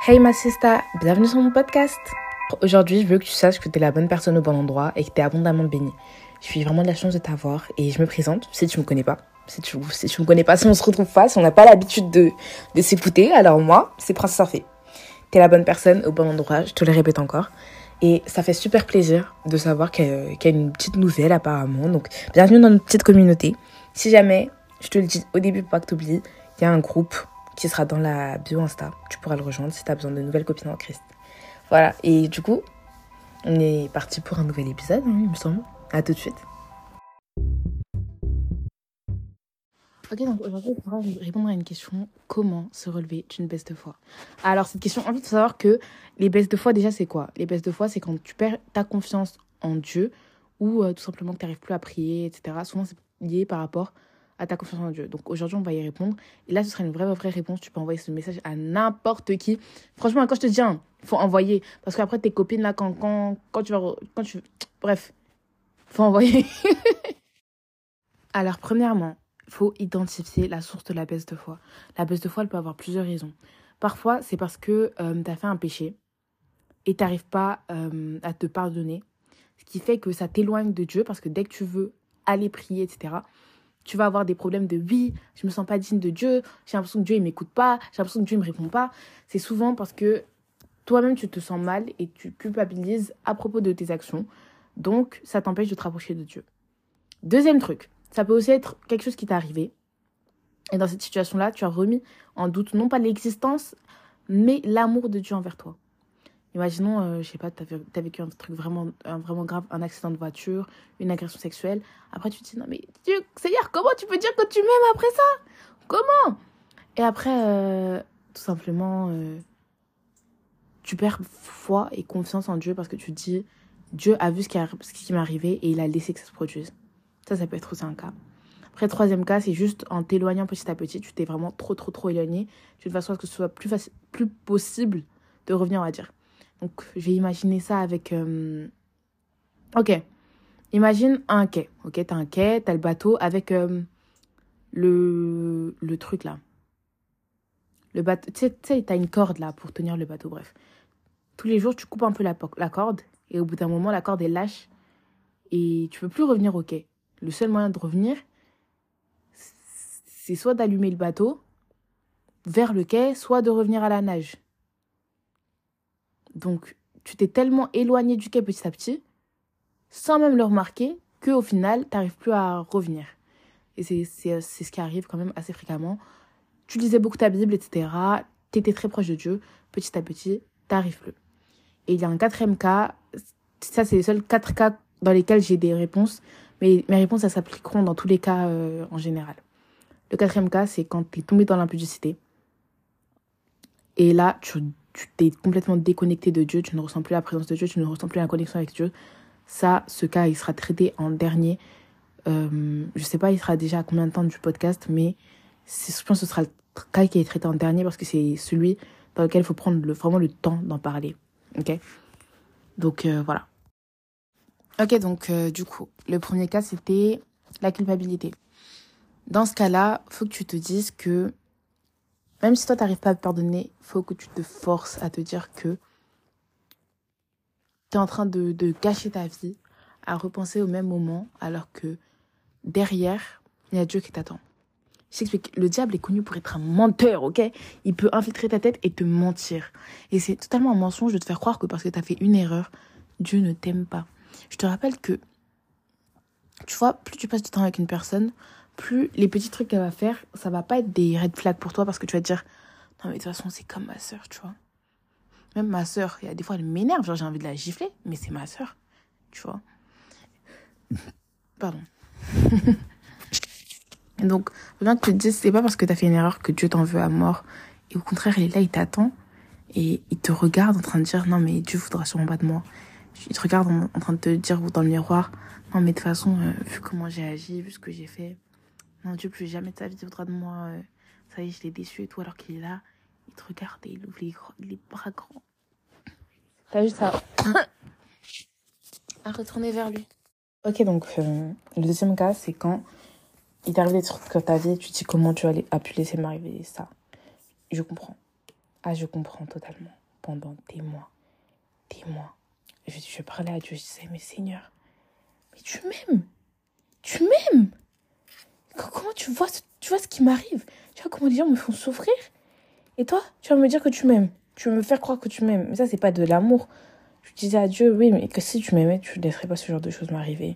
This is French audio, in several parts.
Hey ma sista, bienvenue sur mon podcast. Aujourd'hui, je veux que tu saches que tu es la bonne personne au bon endroit et que tu es abondamment bénie. Je suis vraiment de la chance de t'avoir et je me présente si tu me connais pas. Si tu me connais pas, si on se retrouve pas, si on n'a pas l'habitude de s'écouter, alors moi, c'est Princesse Orphée. Tu es la bonne personne au bon endroit, je te le répète encore. Et ça fait super plaisir de savoir qu'il y a une petite nouvelle apparemment. Donc, bienvenue dans notre petite communauté. Si jamais, je te le dis au début pour pas que tu oublies, il y a un groupe qui sera dans la bio Insta. Tu pourras le rejoindre si tu as besoin de nouvelles copines en Christ. Voilà, et du coup, on est parti pour un nouvel épisode, il me semble. À tout de suite. Ok, donc aujourd'hui, on va répondre à une question. Comment se relever d'une baisse de foi? Alors, cette question, en fait, il faut savoir que les baisses de foi, déjà, c'est quoi? Les baisses de foi, c'est quand tu perds ta confiance en Dieu ou tout simplement que tu n'arrives plus à prier, etc. Souvent, c'est lié par rapport à ta confiance en Dieu. Donc, aujourd'hui, on va y répondre. Et là, ce sera une vraie réponse. Tu peux envoyer ce message à n'importe qui. Franchement, quand je te dis, il faut envoyer. Parce qu'après, tes copines, là, bref, faut envoyer. Alors, premièrement, il faut identifier la source de la baisse de foi. La baisse de foi, elle peut avoir plusieurs raisons. Parfois, c'est parce que tu as fait un péché et tu n'arrives pas à te pardonner. Ce qui fait que ça t'éloigne de Dieu parce que dès que tu veux aller prier, etc., tu vas avoir des problèmes de oui, je me sens pas digne de Dieu, j'ai l'impression que Dieu il m'écoute pas, j'ai l'impression que Dieu me répond pas. C'est souvent parce que toi-même tu te sens mal et tu culpabilises à propos de tes actions. Donc, ça t'empêche de te rapprocher de Dieu. Deuxième truc, ça peut aussi être quelque chose qui t'est arrivé. Et dans cette situation-là, tu as remis en doute non pas l'existence, mais l'amour de Dieu envers toi. Imaginons, je sais pas, t'as vécu un truc vraiment grave, un accident de voiture, une agression sexuelle. Après, tu te dis, non mais Dieu, Seigneur, comment tu peux dire que tu m'aimes après ça? Comment? Et après, tout simplement, tu perds foi et confiance en Dieu parce que tu te dis, Dieu a vu ce qui m'est arrivé et il a laissé que ça se produise. Ça peut être aussi un cas. Après, troisième cas, c'est juste en t'éloignant petit à petit, tu t'es vraiment trop éloigné, de façon à ce que ce soit plus possible de revenir, on va dire. Donc, je vais imaginer ça avec... Ok, imagine un quai. Ok, t'as un quai, t'as le bateau avec le truc là. Le bateau, tu sais, t'as une corde là pour tenir le bateau, bref. Tous les jours, tu coupes un peu la corde et au bout d'un moment, la corde est lâche et tu peux plus revenir au quai. Le seul moyen de revenir, c'est soit d'allumer le bateau vers le quai, soit de revenir à la nage. Donc, tu t'es tellement éloigné du quai petit à petit, sans même le remarquer, qu'au final, tu n'arrives plus à revenir. Et c'est ce qui arrive quand même assez fréquemment. Tu lisais beaucoup ta Bible, etc. Tu étais très proche de Dieu. Petit à petit, tu n'arrives plus. Et il y a un quatrième cas. Ça, c'est les seuls 4 cas dans lesquels j'ai des réponses. Mais mes réponses, elles s'appliqueront dans tous les cas en général. Le quatrième cas, c'est quand tu es tombé dans l'impudicité. Et là, tu t'es complètement déconnecté de Dieu. Tu ne ressens plus la présence de Dieu. Tu ne ressens plus la connexion avec Dieu. Ça, ce cas, il sera traité en dernier. Je sais pas, il sera déjà à combien de temps du podcast, mais je pense que ce sera le cas qui est traité en dernier parce que c'est celui dans lequel il faut prendre vraiment le temps d'en parler. Ok? Donc, voilà. Ok, donc, du coup, le premier cas, c'était la culpabilité. Dans ce cas-là, il faut que tu te dises que même si toi, tu n'arrives pas à te pardonner, il faut que tu te forces à te dire que tu es en train de gâcher ta vie, à repenser au même moment, alors que derrière, il y a Dieu qui t'attend. Je t'explique, le diable est connu pour être un menteur, ok? Il peut infiltrer ta tête et te mentir. Et c'est totalement un mensonge de te faire croire que parce que tu as fait une erreur, Dieu ne t'aime pas. Je te rappelle que, tu vois, plus tu passes du temps avec une personne, plus les petits trucs qu'elle va faire, ça va pas être des red flags pour toi parce que tu vas te dire, non mais de toute façon, c'est comme ma sœur, tu vois. Même ma sœur, il y a des fois, elle m'énerve, genre j'ai envie de la gifler, mais c'est ma sœur, tu vois. Pardon. Donc, faut bien que tu te dises, c'est pas parce que t'as fait une erreur que Dieu t'en veut à mort. Et au contraire, il est là, il t'attend. Et il te regarde en train de dire, non mais Dieu voudra sûrement pas de moi. Il te regarde en train de te dire dans le miroir, non mais de toute façon, vu comment j'ai agi, vu ce que j'ai fait, non Dieu plus jamais de sa vie voudra de moi. Ça y est, je l'ai déçu et tout, alors qu'il est là. Il te regarde et il ouvre les bras grands. T'as juste à retourner vers lui. Ok, donc le deuxième cas, c'est quand il t'arrive des trucs dans ta vie et tu te dis comment tu as pu laisser m'arriver ça. Je comprends. Ah, je comprends totalement. Pendant des mois, je parlais à Dieu, je disais, mais Seigneur, mais tu m'aimes, tu m'aimes. Comment tu vois ce qui m'arrive? Tu vois comment les gens me font souffrir? Et toi, tu vas me dire que tu m'aimes. Tu veux me faire croire que tu m'aimes. Mais ça, c'est pas de l'amour. Je disais à Dieu, oui, mais que si tu m'aimais, tu ne laisserais pas ce genre de choses m'arriver.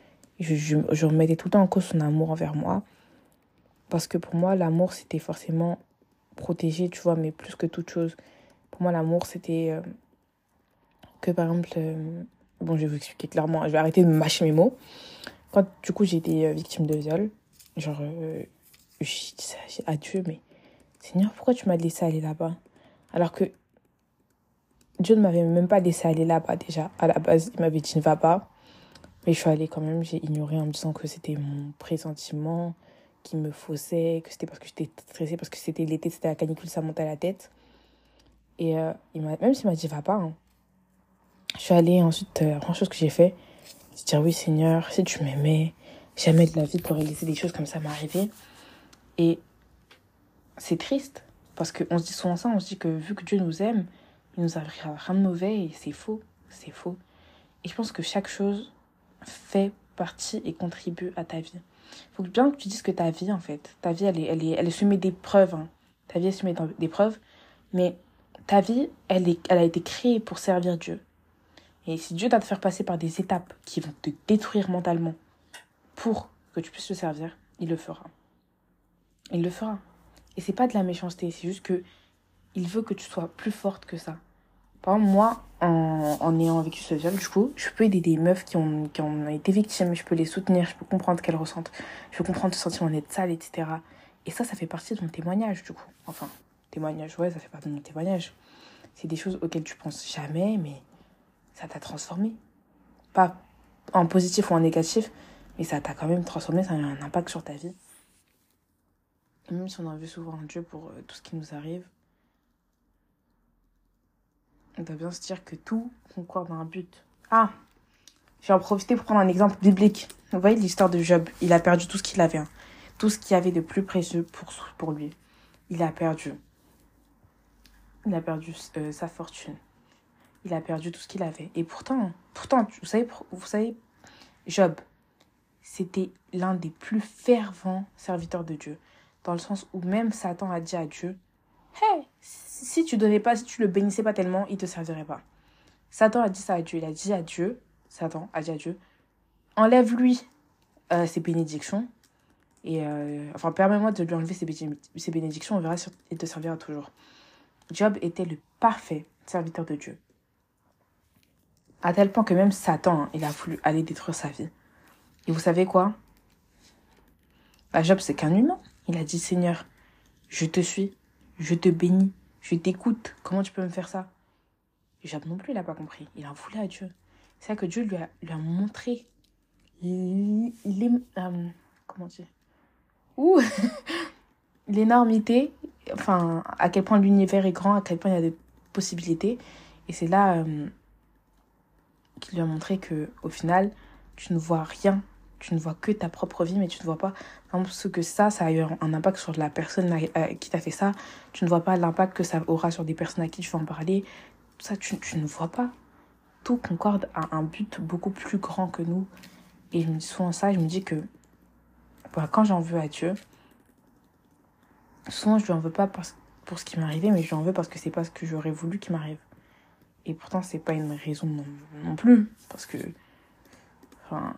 Je remettais tout le temps en cause son amour envers moi. Parce que pour moi, l'amour, c'était forcément protéger, tu vois, mais plus que toute chose. Pour moi, l'amour, c'était que, par exemple... bon, je vais vous expliquer clairement. Je vais arrêter de me mâcher mes mots. Quand, du coup, j'ai été victime de viol, genre, je disais à Dieu, mais Seigneur, pourquoi tu m'as laissé aller là-bas? Alors que Dieu ne m'avait même pas laissé aller là-bas déjà. À la base, il m'avait dit ne va pas. Mais je suis allée quand même, j'ai ignoré en me disant que c'était mon pressentiment qui me faussait, que c'était parce que j'étais stressée, parce que c'était l'été, c'était la canicule, ça montait à la tête. Et même s'il m'a dit va pas, hein, je suis allée ensuite, la première chose que j'ai fait, c'est dire oui Seigneur, si tu m'aimais, jamais de la vie t'aurais laissé des choses comme ça m'arriver. Et c'est triste, parce qu'on se dit souvent ça, on se dit que vu que Dieu nous aime, il nous arrivera rien de mauvais, et c'est faux, c'est faux. Et je pense que chaque chose fait partie et contribue à ta vie. Il faut bien que tu dises que ta vie, en fait, ta vie, elle est semée d'épreuves. Hein. Ta vie est semée d'épreuves, mais ta vie, elle a été créée pour servir Dieu. Et si Dieu doit te faire passer par des étapes qui vont te détruire mentalement pour que tu puisses le servir, il le fera. Il le fera. Et c'est pas de la méchanceté, c'est juste que il veut que tu sois plus forte que ça. Par exemple, moi, en ayant vécu ce viol, du coup, je peux aider des meufs qui ont été victimes, je peux les soutenir, je peux comprendre ce qu'elles ressentent, je peux comprendre ce sentiment d'être sale, etc. Et ça fait partie de mon témoignage, du coup. Enfin, témoignage, ouais, ça fait partie de mon témoignage. C'est des choses auxquelles tu penses jamais, mais ça t'a transformé. Pas en positif ou en négatif, mais ça t'a quand même transformé, ça a eu un impact sur ta vie. Et même si on en veut souvent Dieu pour tout ce qui nous arrive, on doit bien se dire que tout concorde à un but. Ah, je vais en profiter pour prendre un exemple biblique. Vous voyez l'histoire de Job. Il a perdu tout ce qu'il avait. Hein. Tout ce qu'il y avait de plus précieux pour lui. Il a perdu. Il a perdu sa fortune. Il a perdu tout ce qu'il avait. Et pourtant, vous savez, Job, c'était l'un des plus fervents serviteurs de Dieu. Dans le sens où même Satan a dit à Dieu, hey, si tu donnais pas, si tu le bénissais pas tellement, il te servirait pas. Satan a dit ça à Dieu. Il a dit à Dieu, Satan a dit à Dieu, enlève-lui ses bénédictions. Et permets-moi de lui enlever ses bénédictions, on verra si il te servira toujours. Job était le parfait serviteur de Dieu. À tel point que même Satan, hein, il a voulu aller détruire sa vie. Et vous savez quoi? Job, c'est qu'un humain. Il a dit, Seigneur, je te suis, je te bénis, je t'écoute. Comment tu peux me faire ça? Et Job non plus, il n'a pas compris. Il en voulait à Dieu. C'est ça que Dieu lui a montré comment dire? L'énormité, enfin, à quel point l'univers est grand, à quel point il y a des possibilités. Et c'est là qu'il lui a montré que au final, tu ne vois rien. Tu ne vois que ta propre vie, mais tu ne vois pas, par exemple, ce que ça a eu un impact sur la personne qui t'a fait ça. Tu ne vois pas l'impact que ça aura sur des personnes à qui tu vas en parler. Tout ça, tu ne vois pas. Tout concorde à un but beaucoup plus grand que nous. Et je me dis souvent ça, je me dis que quand j'en veux à Dieu, souvent je lui en veux pas pour ce qui m'est arrivé, mais je lui en veux parce que c'est pas ce que j'aurais voulu qu'il m'arrive. Et pourtant, c'est pas une raison non plus, parce que enfin,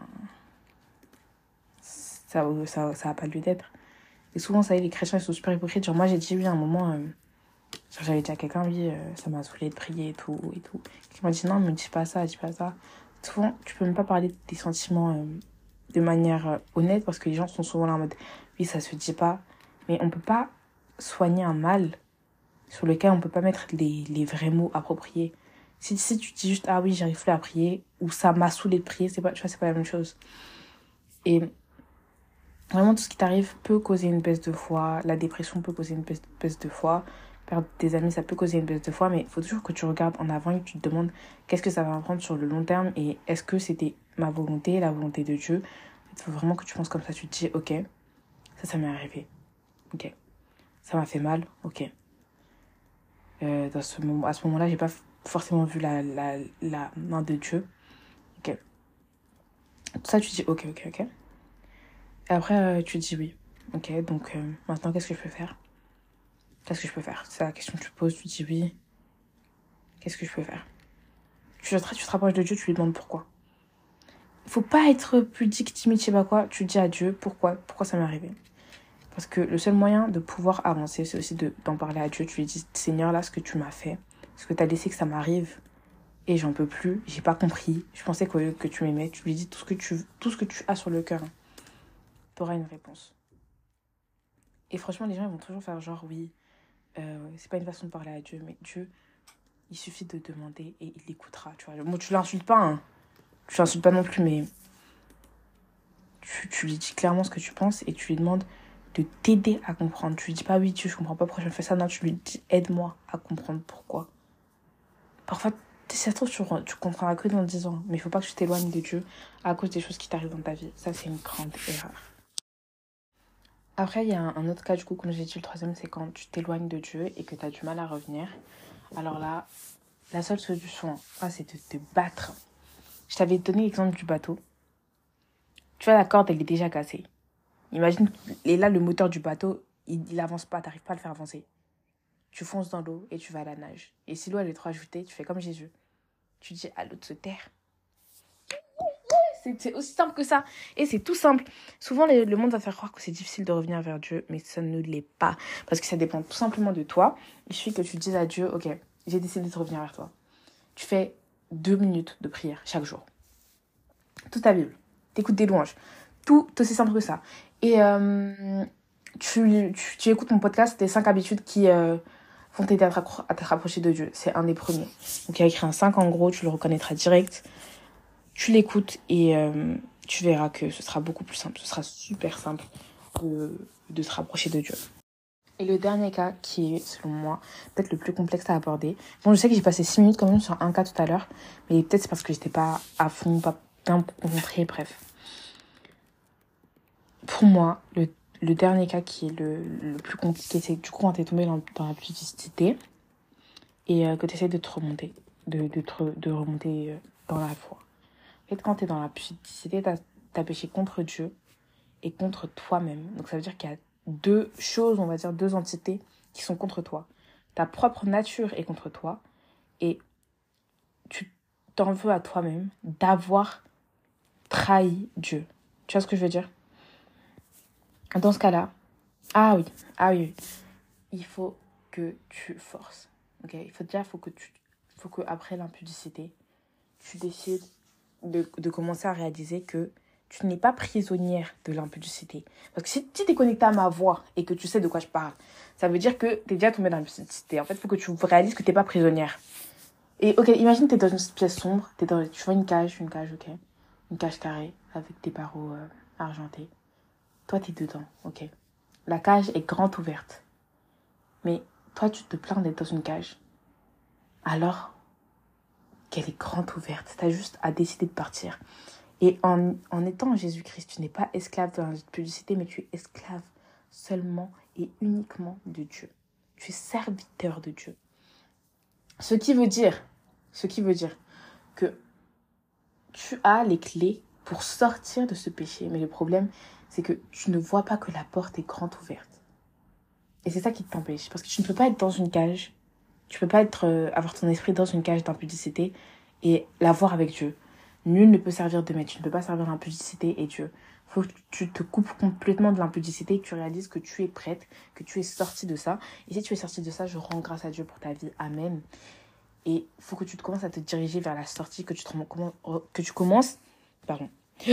ça a pas lieu d'être. Et souvent, ça y est, les chrétiens, ils sont super hypocrites. Genre, moi, j'ai dit oui à un moment, genre, j'avais dit à quelqu'un, oui, ça m'a saoulé de prier et tout. Qui m'a dit non, mais dis pas ça, dis pas ça. Souvent, tu peux même pas parler de tes sentiments de manière honnête, parce que les gens sont souvent là en mode, oui, ça se dit pas. Mais on peut pas soigner un mal sur lequel on peut pas mettre les vrais mots appropriés. Si tu dis juste, ah oui, j'arrive plus à prier, ou ça m'a saoulé de prier, c'est pas la même chose. Et vraiment, tout ce qui t'arrive peut causer une baisse de foi. La dépression peut causer une baisse de foi. Perdre des amis, ça peut causer une baisse de foi. Mais il faut toujours que tu regardes en avant et que tu te demandes qu'est-ce que ça va prendre sur le long terme. Et est-ce que c'était ma volonté, la volonté de Dieu? Il faut vraiment que tu penses comme ça. Tu te dis, ok, ça m'est arrivé. Ok. Ça m'a fait mal. Ok. à ce moment-là, j'ai pas forcément vu la main de Dieu. Ok. Tout ça, tu dis ok. Et après, tu dis oui. Ok, donc maintenant, qu'est-ce que je peux faire? Qu'est-ce que je peux faire? C'est la question que tu poses, tu dis oui. Qu'est-ce que je peux faire? Tu te rapproches de Dieu, tu lui demandes pourquoi. Il faut pas être pudique, timide, je sais pas quoi. Tu dis à Dieu pourquoi ça m'est arrivé. Parce que le seul moyen de pouvoir avancer, c'est aussi d'en parler à Dieu. Tu lui dis, Seigneur, là, ce que tu m'as fait, ce que tu as laissé que ça m'arrive, et j'en peux plus, j'ai pas compris. Je pensais que tu m'aimais. Tu lui dis tout ce que tu as sur le cœur. Tu auras une réponse. Et franchement, les gens ils vont toujours faire genre, oui, c'est pas une façon de parler à Dieu, mais Dieu, il suffit de demander et il écoutera. Tu vois. Bon, tu l'insultes pas, hein. Tu l'insultes pas non plus, mais tu lui dis clairement ce que tu penses et tu lui demandes de t'aider à comprendre. Tu lui dis pas, oui, Dieu, je comprends pas pourquoi je me fais ça. Non, tu lui dis, aide-moi à comprendre pourquoi. Parfois, si ça se trouve, tu comprendras que dans 10 ans. Mais il faut pas que tu t'éloignes de Dieu à cause des choses qui t'arrivent dans ta vie. Ça, c'est une grande erreur. Après, il y a un autre cas, du coup, comme j'ai dit, le troisième, c'est quand tu t'éloignes de Dieu et que tu as du mal à revenir. Alors là, la seule solution, c'est de te battre. Je t'avais donné l'exemple du bateau. Tu vois, la corde, elle est déjà cassée. Imagine, et là, le moteur du bateau, il avance pas, t'arrives pas à le faire avancer. Tu fonces dans l'eau et tu vas à la nage. Et si l'eau, elle est trop ajoutée, tu fais comme Jésus. Tu dis à l'eau de se taire. C'est aussi simple que ça. Et c'est tout simple. Souvent, le monde va faire croire que c'est difficile de revenir vers Dieu, mais ça ne l'est pas. Parce que ça dépend tout simplement de toi. Il suffit que tu dises à Dieu, ok, j'ai décidé de revenir vers toi. Tu fais 2 minutes de prière chaque jour. Toute ta Bible. T'écoutes des louanges. Tout aussi simple que ça. Et tu écoutes mon podcast, les 5 habitudes qui vont t'aider à te rapprocher de Dieu. C'est un des premiers. Donc il y a écrit un 5 en gros, tu le reconnaîtras direct. Tu l'écoutes et tu verras que ce sera beaucoup plus simple. Ce sera super simple de se rapprocher de Dieu. Et le dernier cas, qui est, selon moi, peut-être le plus complexe à aborder. Bon, je sais que j'ai passé 6 minutes quand même sur un cas tout à l'heure, mais peut-être c'est parce que j'étais pas à fond, pas bien concentrée, bref. Pour moi, le dernier cas qui est le plus compliqué, c'est du coup quand t'es tombé dans la pudicité et que t'essaies de te remonter, de remonter dans la foi. En fait, quand t'es dans la pudicité, t'as péché contre Dieu et contre toi-même. Donc ça veut dire qu'il y a deux choses, on va dire deux entités qui sont contre toi. Ta propre nature est contre toi et tu t'en veux à toi-même d'avoir trahi Dieu. Tu vois ce que je veux dire? Dans ce cas-là, ah oui, il faut que tu forces. Ok, faut que après l'impudicité, tu décides de commencer à réaliser que tu n'es pas prisonnière de l'impudicité. Parce que si tu es connecté à ma voix et que tu sais de quoi je parle, ça veut dire que tu es déjà tombée dans l'impudicité. En fait, il faut que tu réalises que tu n'es pas prisonnière. Et ok, imagine que tu es dans une pièce sombre, tu vois une cage, ok. Une cage carrée avec des barreaux argentés. Toi, tu es dedans, ok. La cage est grande ouverte. Mais toi, tu te plains d'être dans une cage. Alors qu'elle est grande ouverte. Tu as juste à décider de partir. Et en étant en Jésus-Christ, tu n'es pas esclave de la publicité, mais tu es esclave seulement et uniquement de Dieu. Tu es serviteur de Dieu. Ce qui veut dire que tu as les clés pour sortir de ce péché. Mais le problème, c'est que tu ne vois pas que la porte est grande ouverte. Et c'est ça qui t'empêche. Parce que tu ne peux pas être dans une cage. Tu ne peux pas avoir ton esprit dans une cage d'impudicité et l'avoir avec Dieu. Nul ne peut servir de maître. Tu ne peux pas servir l'impudicité et Dieu. Il faut que tu te coupes complètement de l'impudicité et que tu réalises que tu es prête, que tu es sortie de ça. Et si tu es sortie de ça, je rends grâce à Dieu pour ta vie. Amen. Et il faut que tu commences à te diriger vers la sortie, que tu commences... Pardon.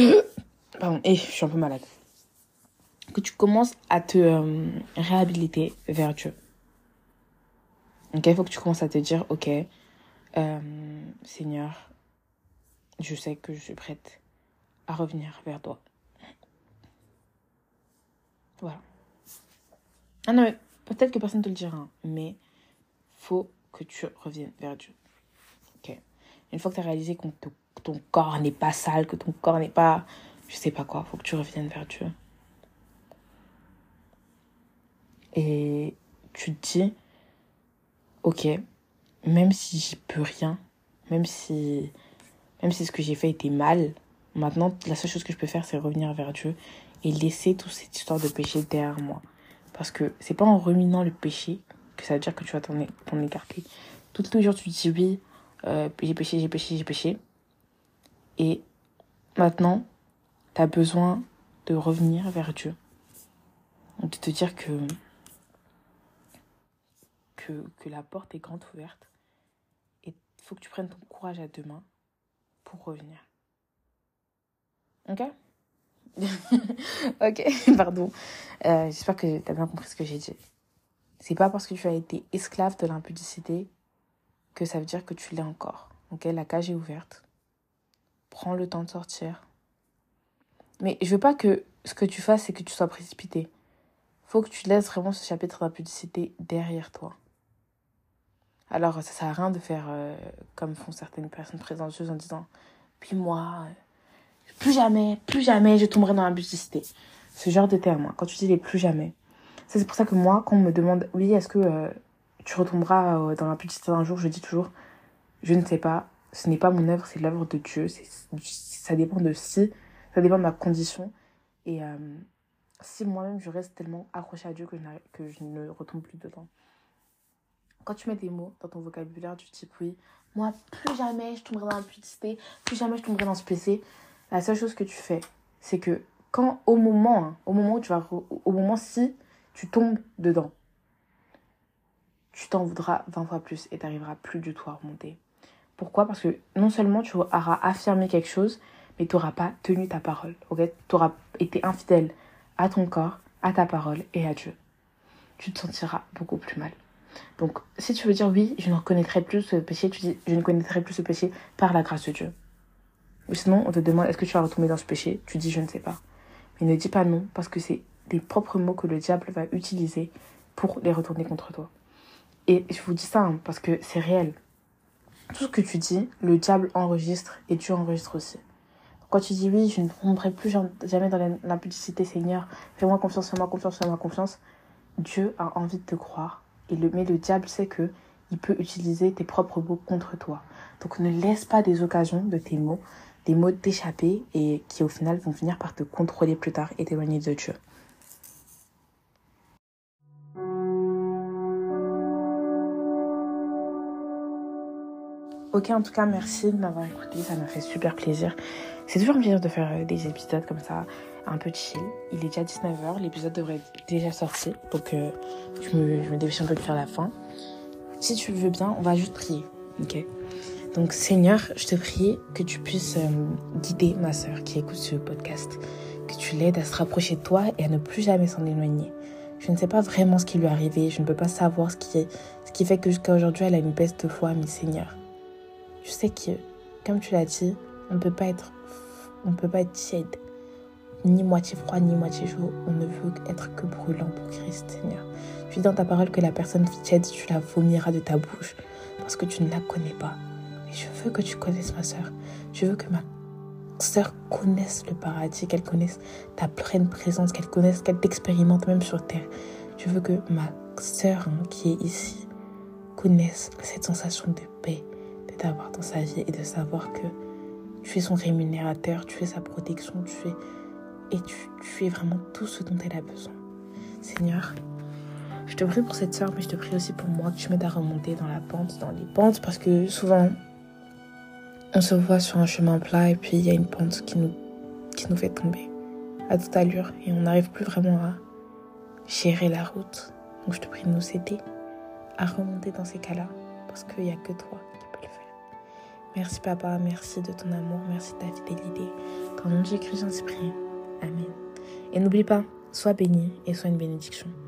Je suis un peu malade. Que tu commences à te réhabiliter vers Dieu. Donc il faut que tu commences à te dire, ok, Seigneur, je sais que je suis prête à revenir vers toi. Voilà. Ah non, mais peut-être que personne ne te le dira, mais faut que tu reviennes vers Dieu. Ok. Une fois que tu as réalisé que ton corps n'est pas sale, que ton corps n'est pas, je sais pas quoi, faut que tu reviennes vers Dieu. Et tu te dis, ok, même si j'y peux rien, même si ce que j'ai fait était mal, maintenant, la seule chose que je peux faire, c'est revenir vers Dieu et laisser toute cette histoire de péché derrière moi. Parce que c'est pas en ruminant le péché que ça veut dire que tu vas t'en écarter. Tous les jours, tu te dis oui, j'ai péché, j'ai péché, j'ai péché. Et maintenant, tu as besoin de revenir vers Dieu. Donc, de te dire que la porte est grande ouverte. Et il faut que tu prennes ton courage à deux mains pour revenir. Ok? Ok, pardon. J'espère que tu as bien compris ce que j'ai dit. C'est pas parce que tu as été esclave de l'impudicité que ça veut dire que tu l'es encore. Ok, la cage est ouverte. Prends le temps de sortir. Mais je veux pas que ce que tu fasses, c'est que tu sois précipité. Faut que tu laisses vraiment ce chapitre d'impudicité derrière toi. Alors, ça sert à rien de faire comme font certaines personnes présomptueuses en disant « Puis moi, plus jamais je tomberai dans l'impudicité. » Ce genre de terme, hein, quand tu dis les plus jamais. Ça, c'est pour ça que moi, quand on me demande « Oui, est-ce que tu retomberas dans l'impudicité un jour ?» Je dis toujours « Je ne sais pas. Ce n'est pas mon œuvre, c'est l'œuvre de Dieu. Ça dépend de ça dépend de ma condition. Et si moi-même, je reste tellement accrochée à Dieu que je ne retombe plus dedans. » Quand tu mets des mots dans ton vocabulaire du type « Oui, moi, plus jamais je tomberai dans l'impudicité, plus jamais je tomberai dans ce péché », la seule chose que tu fais, c'est que quand au moment si tu tombes dedans, tu t'en voudras 20 fois plus et tu n'arriveras plus du tout à remonter. Pourquoi? Parce que non seulement tu auras affirmé quelque chose, mais tu n'auras pas tenu ta parole. Okay? Tu auras été infidèle à ton corps, à ta parole et à Dieu. Tu te sentiras beaucoup plus mal. Donc, si tu veux dire oui, je ne reconnaîtrai plus ce péché, tu dis je ne connaîtrai plus ce péché par la grâce de Dieu. Ou sinon, on te demande est-ce que tu vas retomber dans ce péché? Tu dis je ne sais pas. Mais ne dis pas non, parce que c'est les propres mots que le diable va utiliser pour les retourner contre toi. Et je vous dis ça parce que c'est réel. Tout ce que tu dis, le diable enregistre et Dieu enregistre aussi. Quand tu dis oui, je ne tomberai plus jamais dans l'impudicité, Seigneur, fais-moi confiance, fais-moi confiance, fais-moi confiance, Dieu a envie de te croire. Mais le diable sait que il peut utiliser tes propres mots contre toi. Donc ne laisse pas des occasions de tes mots, des mots t'échapper et qui au final vont finir par te contrôler plus tard et t'éloigner de Dieu. Ok, en tout cas, merci de m'avoir écouté, ça m'a fait super plaisir. C'est toujours un plaisir de faire des épisodes comme ça, un peu chill. Il est déjà 19h, l'épisode devrait être déjà sorti, donc je me dépêche un peu de faire la fin. Si tu veux bien, on va juste prier, ok? Donc Seigneur, je te prie que tu puisses guider ma sœur qui écoute ce podcast, que tu l'aides à se rapprocher de toi et à ne plus jamais s'en éloigner. Je ne sais pas vraiment ce qui lui est arrivé, je ne peux pas savoir ce qui fait que jusqu'à aujourd'hui elle a une baisse de foi, mais Seigneur, je sais que, comme tu l'as dit, on ne peut pas être tiède, ni moitié froid, ni moitié chaud. On ne veut être que brûlant pour Christ, Seigneur. Tu dis dans ta parole que la personne tiède, tu la vomiras de ta bouche parce que tu ne la connais pas. Mais je veux que tu connaisses ma sœur. Je veux que ma sœur connaisse le paradis, qu'elle connaisse ta pleine présence, qu'elle t'expérimente même sur terre. Je veux que ma sœur qui est ici connaisse cette sensation de paix, de t'avoir dans sa vie et de savoir que tu es son rémunérateur, tu es sa protection, tu es vraiment tout ce dont elle a besoin. Seigneur, je te prie pour cette sœur, mais je te prie aussi pour moi, que tu m'aides à remonter dans les pentes, parce que souvent, on se voit sur un chemin plat et puis il y a une pente qui nous fait tomber à toute allure et on n'arrive plus vraiment à gérer la route. Donc je te prie de nous aider à remonter dans ces cas-là, parce qu'il n'y a que toi qui peux le faire. Merci papa, merci de ton amour, merci de ta fidélité. Dans le nom de Jésus, j'en suis prié. Amen. Et n'oublie pas, sois béni et sois une bénédiction.